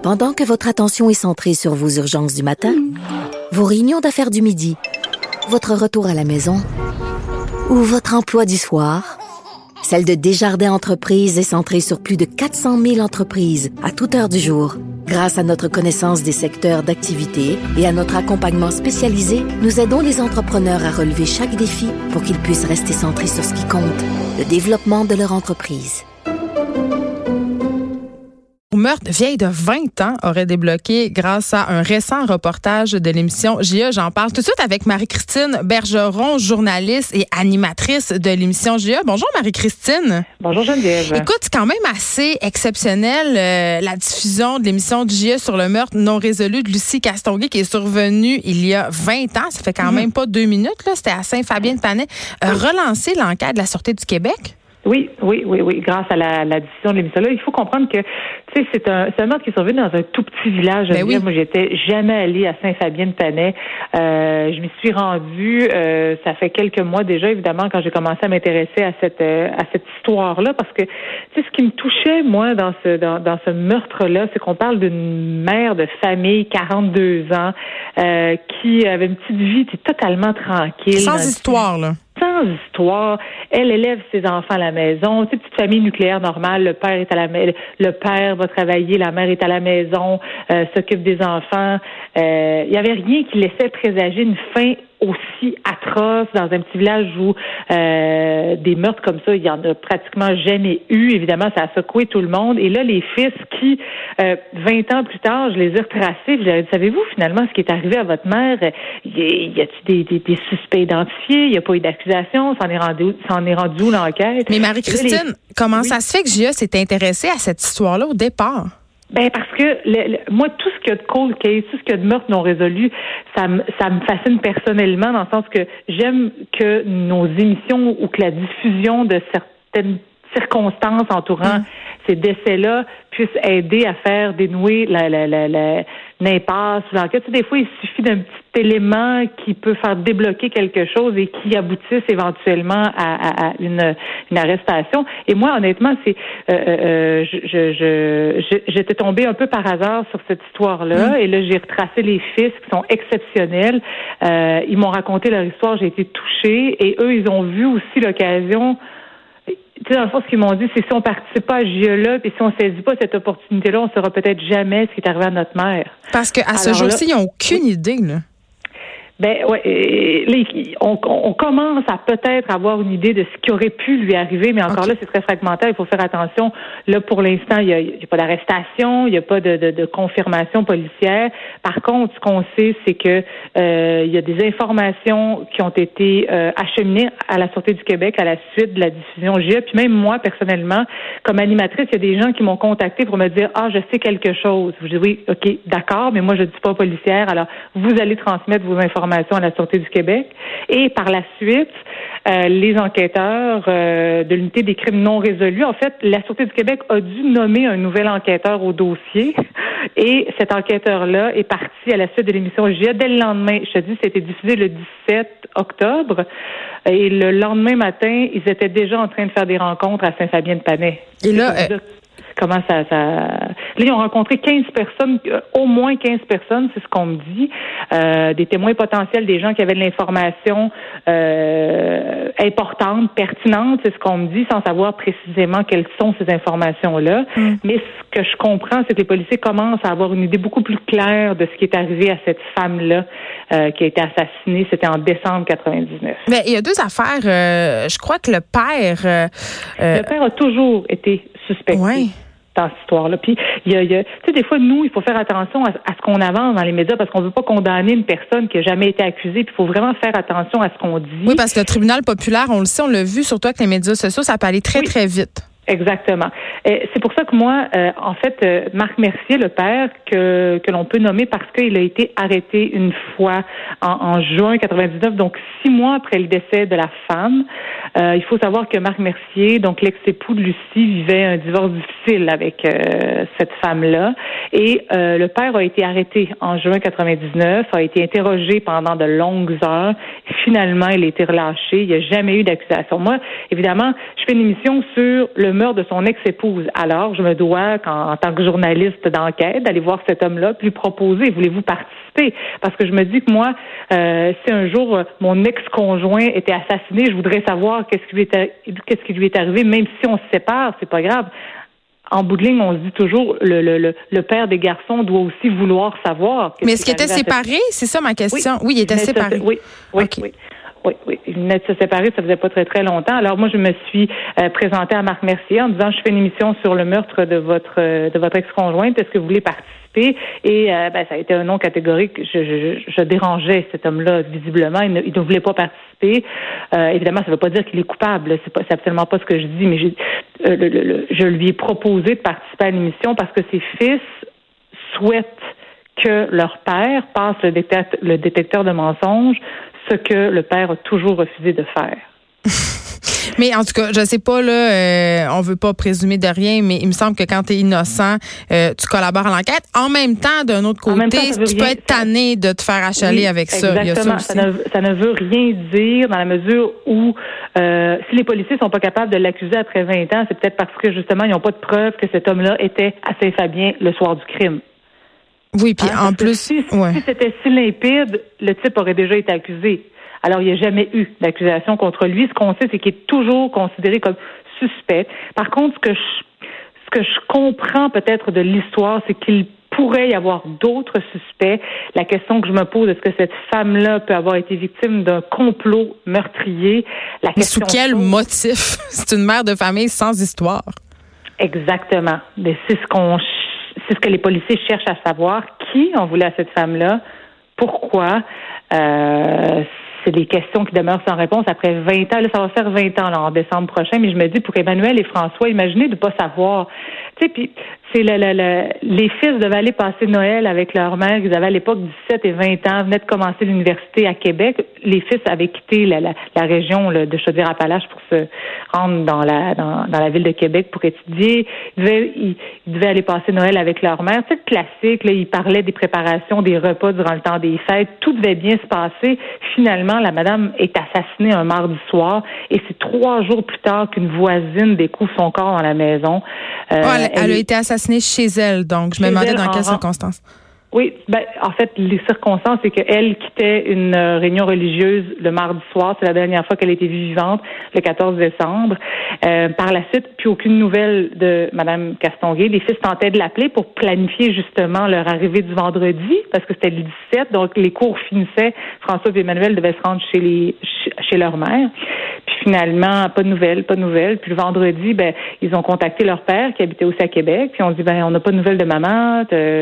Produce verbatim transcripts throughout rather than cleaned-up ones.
Pendant que votre attention est centrée sur vos urgences du matin, vos réunions d'affaires du midi, votre retour à la maison ou votre emploi du soir, celle de Desjardins Entreprises est centrée sur plus de quatre cent mille entreprises à toute heure du jour. Grâce à notre connaissance des secteurs d'activité et à notre accompagnement spécialisé, nous aidons les entrepreneurs à relever chaque défi pour qu'ils puissent rester centrés sur ce qui compte, le développement de leur entreprise. Le meurtre vieille de vingt ans aurait débloqué grâce à un récent reportage de l'émission J A. J'en parle tout de suite avec Marie-Christine Bergeron, journaliste et animatrice de l'émission J A. Bonjour Marie-Christine. Bonjour Geneviève. Écoute, c'est quand même assez exceptionnel euh, la diffusion de l'émission de J A sur le meurtre non résolu de Lucie Castonguay qui est survenue il y a vingt ans. Ça fait quand mm-hmm. même pas deux minutes. Là. C'était à Saint-Fabien-de-Panay. Euh, relancer l'enquête de la Sûreté du Québec? Oui, oui, oui, oui. Grâce à la, la diffusion de l'émission-là, il faut comprendre que, tu sais, c'est un, c'est un meurtre qui est survenu dans un tout petit village. Ben oui. Moi, j'étais jamais allée à Saint-Fabien-de-Panay. Euh, je m'y suis rendue, euh, ça fait quelques mois déjà, évidemment, quand j'ai commencé à m'intéresser à cette, euh, à cette histoire-là, parce que, tu sais, ce qui me touchait, moi, dans ce, dans, dans ce meurtre-là, c'est qu'on parle d'une mère de famille, quarante-deux ans, euh, qui avait une petite vie, tu sais, totalement tranquille. Sans histoire, là. Sans histoire. Elle élève ses enfants à la maison. Tu sais, petite famille nucléaire normale. Le père est à la maison. Le père va travailler. La mère est à la maison. Euh, s'occupe des enfants. Euh, il y avait rien qui laissait présager une fin aussi atroce dans un petit village où euh, des meurtres comme ça, il y en a pratiquement jamais eu. Évidemment, ça a secoué tout le monde. Et là, les fils qui, euh, vingt ans plus tard, je les ai retracés. Je leur ai dit, savez-vous finalement ce qui est arrivé à votre mère? Y, y a-t-il des, des, des suspects identifiés? Il n'y a pas eu d'accusation? S'en est rendu, s'en est rendu où l'enquête? Mais Marie-Christine, les... comment oui. ça se fait que J A s'est intéressée à cette histoire-là au départ? Ben parce que le, le, moi, tout ce qu'il y a de cold case, tout ce qu'il y a de meurtre non résolu, ça me ça me fascine personnellement dans le sens que j'aime que nos émissions ou que la diffusion de certaines circonstances entourant mmh. ces décès-là puissent aider à faire dénouer la, la, la, la, l'impasse ou l'enquête. Tu sais, des fois, il suffit d'un petit élément qui peut faire débloquer quelque chose et qui aboutisse éventuellement à, à, à une, une arrestation. Et moi, honnêtement, c'est euh, euh, je, je, je, j'étais tombée un peu par hasard sur cette histoire-là. Mmh. Et là, j'ai retracé les fils qui sont exceptionnels. Euh, ils m'ont raconté leur histoire, j'ai été touchée. Et eux, ils ont vu aussi l'occasion. Tu sais, dans le fond, ce qu'ils m'ont dit, c'est si on participe pas à J A-là, puis si on saisit pas cette opportunité-là, on saura peut-être jamais ce qui est arrivé à notre mère. Parce qu'à ce jour-ci, ils n'ont aucune oui. idée, là. Ben ouais, on, on commence à peut-être avoir une idée de ce qui aurait pu lui arriver, mais encore okay. là, c'est très fragmentaire. Il faut faire attention. Là, pour l'instant, il y a, il y a pas d'arrestation, il n'y a pas de, de, de confirmation policière. Par contre, ce qu'on sait, c'est que euh, il y a des informations qui ont été euh, acheminées à la Sûreté du Québec à la suite de la diffusion J A. Puis même moi, personnellement, comme animatrice, il y a des gens qui m'ont contacté pour me dire ah, je sais quelque chose. Je dis oui, ok, d'accord, mais moi je dis pas policière. Alors vous allez transmettre vos informations à la Sûreté du Québec. Et par la suite, euh, les enquêteurs euh, de l'unité des crimes non résolus, en fait, la Sûreté du Québec a dû nommer un nouvel enquêteur au dossier. Et cet enquêteur-là est parti à la suite de l'émission J A dès le lendemain. Je te dis, c'était diffusé le dix-sept octobre. Et le lendemain matin, ils étaient déjà en train de faire des rencontres à Saint-Fabien-de-Panay. Et là, euh... comment ça, ça... Là, ils ont rencontré quinze personnes, euh, au moins quinze personnes, c'est ce qu'on me dit, euh, des témoins potentiels, des gens qui avaient de l'information euh, importante, pertinente, c'est ce qu'on me dit, sans savoir précisément quelles sont ces informations-là. Mm. Mais ce que je comprends, c'est que les policiers commencent à avoir une idée beaucoup plus claire de ce qui est arrivé à cette femme-là euh, qui a été assassinée. C'était en décembre quatre-vingt-dix-neuf. Mais il y a deux affaires. Euh, je crois que le père... Euh, le père a toujours été suspecté. Ouais. Dans cette histoire-là. Puis, il y a, il y a, tu sais, des fois, nous, il faut faire attention à, à ce qu'on avance dans les médias parce qu'on veut pas condamner une personne qui a jamais été accusée. Puis, il faut vraiment faire attention à ce qu'on dit. Oui, parce que le tribunal populaire, on le sait, on l'a vu, surtout avec les médias sociaux, ça peut aller très, oui. très vite. Exactement. Et c'est pour ça que moi, euh, en fait, euh, Marc Mercier, le père, que que l'on peut nommer parce qu'il a été arrêté une fois en, en juin quatre-vingt-dix-neuf, donc six mois après le décès de la femme. Euh, il faut savoir que Marc Mercier, donc l'ex-époux de Lucie, vivait un divorce difficile avec euh, cette femme-là. Et euh, le père a été arrêté en juin quatre-vingt-dix-neuf, a été interrogé pendant de longues heures. Finalement, il a été relâché. Il n'y a jamais eu d'accusation. Moi, évidemment, je fais une émission sur le meurtre de son ex-épouse. Alors, je me dois, en, en tant que journaliste d'enquête, d'aller voir cet homme-là, puis lui proposer, voulez-vous participer? Parce que je me dis que moi, euh, si un jour euh, mon ex-conjoint était assassiné, je voudrais savoir qu'est-ce qui lui est, qu'est-ce qui lui est arrivé, même si on se sépare, c'est pas grave. En bout de ligne, on se dit toujours, le, le, le, le père des garçons doit aussi vouloir savoir. Mais est-ce qu'il était séparé? C'est ça ma question. Oui, oui il était séparé. Oui, oui, okay. oui. Oui, oui. Ils venaient de se séparer, ça faisait pas très, très longtemps. Alors, moi, je me suis euh, présentée à Marc Mercier en disant, je fais une émission sur le meurtre de votre euh, de votre ex-conjointe. Est-ce que vous voulez participer? Et euh, ben, ça a été un non catégorique. Je, je, je dérangeais cet homme-là, visiblement. Il ne, il ne voulait pas participer. Euh, évidemment, ça ne veut pas dire qu'il est coupable. C'est pas, c'est absolument pas ce que je dis, mais j'ai, euh, le, le, le, je lui ai proposé de participer à l'émission parce que ses fils souhaitent que leur père passe le détecteur, le détecteur de mensonges, ce que le père a toujours refusé de faire. Mais en tout cas, je sais pas, là, euh, on veut pas présumer de rien, mais il me semble que quand tu es innocent, euh, tu collabores à l'enquête. En même temps, d'un autre côté, temps, tu peux rien, être tanné de te faire achaler oui, avec ça. Exactement. Il y a ça, aussi. Ça, ne, ça ne veut rien dire dans la mesure où euh, si les policiers sont pas capables de l'accuser après vingt ans, c'est peut-être parce que justement, ils n'ont pas de preuve que cet homme-là était à Saint-Fabien le soir du crime. Oui, puis hein, en plus, si, ouais. si c'était si limpide, le type aurait déjà été accusé. Alors, il n'y a jamais eu d'accusation contre lui. Ce qu'on sait, c'est qu'il est toujours considéré comme suspect. Par contre, ce que je, ce que je comprends peut-être de l'histoire, c'est qu'il pourrait y avoir d'autres suspects. La question que je me pose, est-ce que cette femme-là peut avoir été victime d'un complot meurtrier? La Mais sous quel chose... motif? C'est une mère de famille sans histoire. Exactement. Mais c'est ce qu'on, c'est ce que les policiers cherchent à savoir. Qui en voulait à cette femme-là? Pourquoi? Euh, c'est des questions qui demeurent sans réponse après vingt ans. Là, ça va faire vingt ans là, en décembre prochain, mais je me dis pour Emmanuel et François, imaginez de ne pas savoir. Tu sais, puis c'est le, le, le, les fils devaient aller passer Noël avec leur mère. Ils avaient à l'époque dix-sept et vingt ans, venaient de commencer l'université à Québec. Les fils avaient quitté la, la, la région là, de Chaudière-Appalaches pour se rendre dans la dans, dans la ville de Québec pour étudier. Ils devaient, ils, ils devaient aller passer Noël avec leur mère. C'est le classique. Là, ils parlaient des préparations, des repas durant le temps des fêtes. Tout devait bien se passer. Finalement, la madame est assassinée un mardi soir et c'est trois jours plus tard qu'une voisine découvre son corps dans la maison. Euh, oh, elle, elle, elle a été assassinée chez elle, donc je me demandais dans quelles circonstances. Oui, ben en fait, les circonstances, c'est qu'elle quittait une euh, réunion religieuse le mardi soir. C'est la dernière fois qu'elle a été vivante, le quatorze décembre. Euh, par la suite, puis aucune nouvelle de Mme Castonguay. Les fils tentaient de l'appeler pour planifier justement leur arrivée du vendredi, parce que c'était le dix-sept, donc les cours finissaient. François et Emmanuel devaient se rendre chez les chez leur mère. Puis finalement, pas de nouvelles, pas de nouvelles. Puis le vendredi, ben ils ont contacté leur père qui habitait aussi à Québec. Puis on dit ben on n'a pas de nouvelles de maman.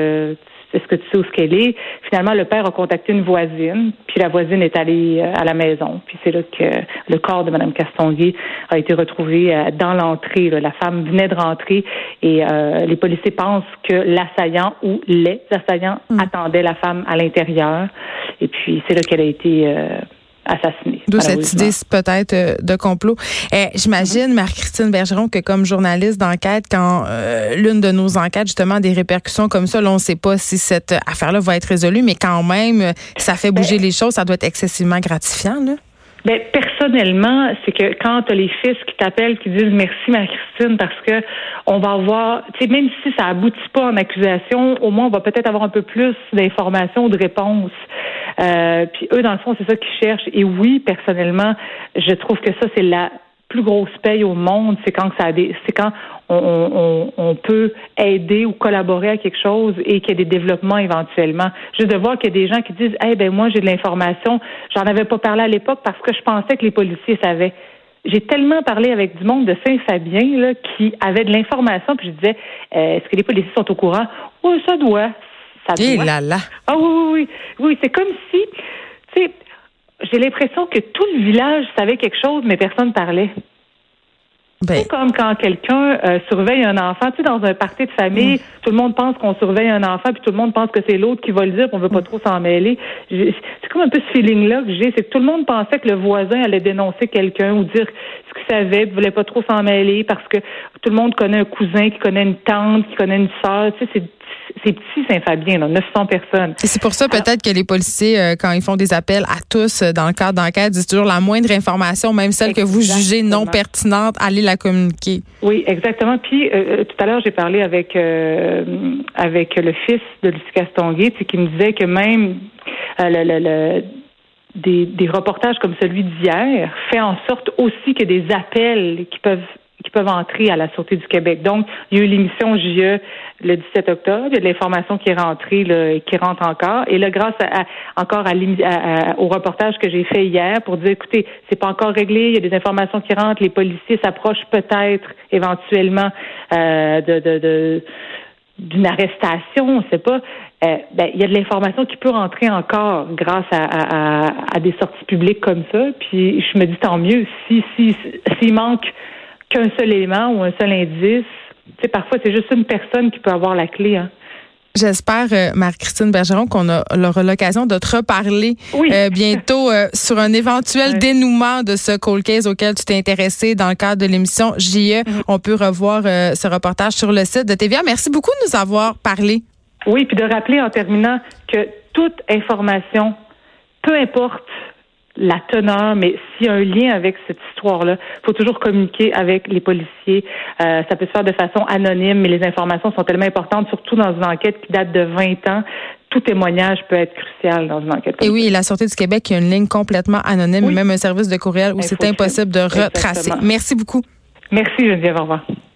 Est-ce que tu sais où ce qu'elle est? Finalement, le père a contacté une voisine, puis la voisine est allée à la maison. Puis c'est là que le corps de Mme Castonguay a été retrouvé dans l'entrée. La femme venait de rentrer et euh, les policiers pensent que l'assaillant ou les assaillants mmh. attendaient la femme à l'intérieur. Et puis c'est là qu'elle a été... Euh, assassinée. D'où cette idée peut-être euh, de complot. Eh, j'imagine, Marie-Christine Bergeron, que comme journaliste d'enquête, quand euh, l'une de nos enquêtes, justement, a des répercussions comme ça, là, on ne sait pas si cette affaire-là va être résolue, mais quand même, ça fait bouger ben, les choses, ça doit être excessivement gratifiant, là. Ben, personnellement, c'est que quand tu as les fils qui t'appellent, qui disent merci Marie-Christine, parce que on va avoir, tu sais, même si ça aboutit pas en accusation, au moins on va peut-être avoir un peu plus d'informations ou de réponses. Euh, puis eux, dans le fond, c'est ça qu'ils cherchent. Et oui, personnellement, je trouve que ça, c'est la plus grosse paye au monde, c'est quand ça a des, c'est quand on, on, on peut aider ou collaborer à quelque chose et qu'il y a des développements éventuellement. Juste de voir qu'il y a des gens qui disent, hey, ben moi j'ai de l'information, j'en avais pas parlé à l'époque parce que je pensais que les policiers savaient. J'ai tellement parlé avec du monde de Saint-Fabien là qui avait de l'information, puis je disais, euh, est-ce que les policiers sont au courant? Oui, ça doit. Ça doit. Et là là. Ah oui, oui, oui. Oui, c'est comme si, tu sais, j'ai l'impression que tout le village savait quelque chose, mais personne parlait. Ben. C'est comme quand quelqu'un euh, surveille un enfant. Tu sais, dans un party de famille, mmh. tout le monde pense qu'on surveille un enfant, puis tout le monde pense que c'est l'autre qui va le dire, puis on veut pas mmh. trop s'en mêler. J'ai, c'est comme un peu ce feeling-là que j'ai. C'est que tout le monde pensait que le voisin allait dénoncer quelqu'un ou dire ce qu'il savait, puis voulait pas trop s'en mêler parce que tout le monde connaît un cousin, qui connaît une tante, qui connaît une sœur. Tu sais, c'est c'est petit Saint-Fabien, là, neuf cents personnes. Et c'est pour ça peut-être Alors, que les policiers, euh, quand ils font des appels à tous euh, dans le cadre d'enquête, disent toujours la moindre information, même celle exactement. que vous jugez non pertinente, allez la communiquer. Oui, exactement. Puis euh, tout à l'heure, j'ai parlé avec euh, avec le fils de Lucie Castonguay, qui me disait que même euh, le, le, le des, des reportages comme celui d'hier fait en sorte aussi que des appels qui peuvent qui peuvent entrer à la Sûreté du Québec. Donc, il y a eu l'émission J E le dix-sept octobre, il y a de l'information qui est rentrée là, et qui rentre encore. Et là, grâce à, à encore à, à, à, au reportage que j'ai fait hier pour dire, écoutez, c'est pas encore réglé, il y a des informations qui rentrent, les policiers s'approchent peut-être éventuellement euh, de, de, de d'une arrestation, on ne sait pas. Euh, ben, il y a de l'information qui peut rentrer encore grâce à, à, à, à des sorties publiques comme ça. Puis je me dis tant mieux si si s'il manque qu'un seul élément ou un seul indice. Tu sais, parfois, c'est juste une personne qui peut avoir la clé. Hein. J'espère, euh, Marie-Christine Bergeron, qu'on a, aura l'occasion de te reparler oui. euh, bientôt euh, sur un éventuel oui. dénouement de ce cold case auquel tu t'es intéressé dans le cadre de l'émission J E. Mm-hmm. On peut revoir euh, ce reportage sur le site de T V A. Merci beaucoup de nous avoir parlé. Oui, puis de rappeler en terminant que toute information, peu importe la teneur, mais s'il y a un lien avec cette histoire-là, il faut toujours communiquer avec les policiers. Euh, ça peut se faire de façon anonyme, mais les informations sont tellement importantes, surtout dans une enquête qui date de vingt ans. Tout témoignage peut être crucial dans une enquête. Et oui, la Sûreté du Québec, il y a une ligne complètement anonyme, oui. même un service de courriel où c'est impossible de retracer. Exactement. Merci beaucoup. Merci Geneviève, au revoir.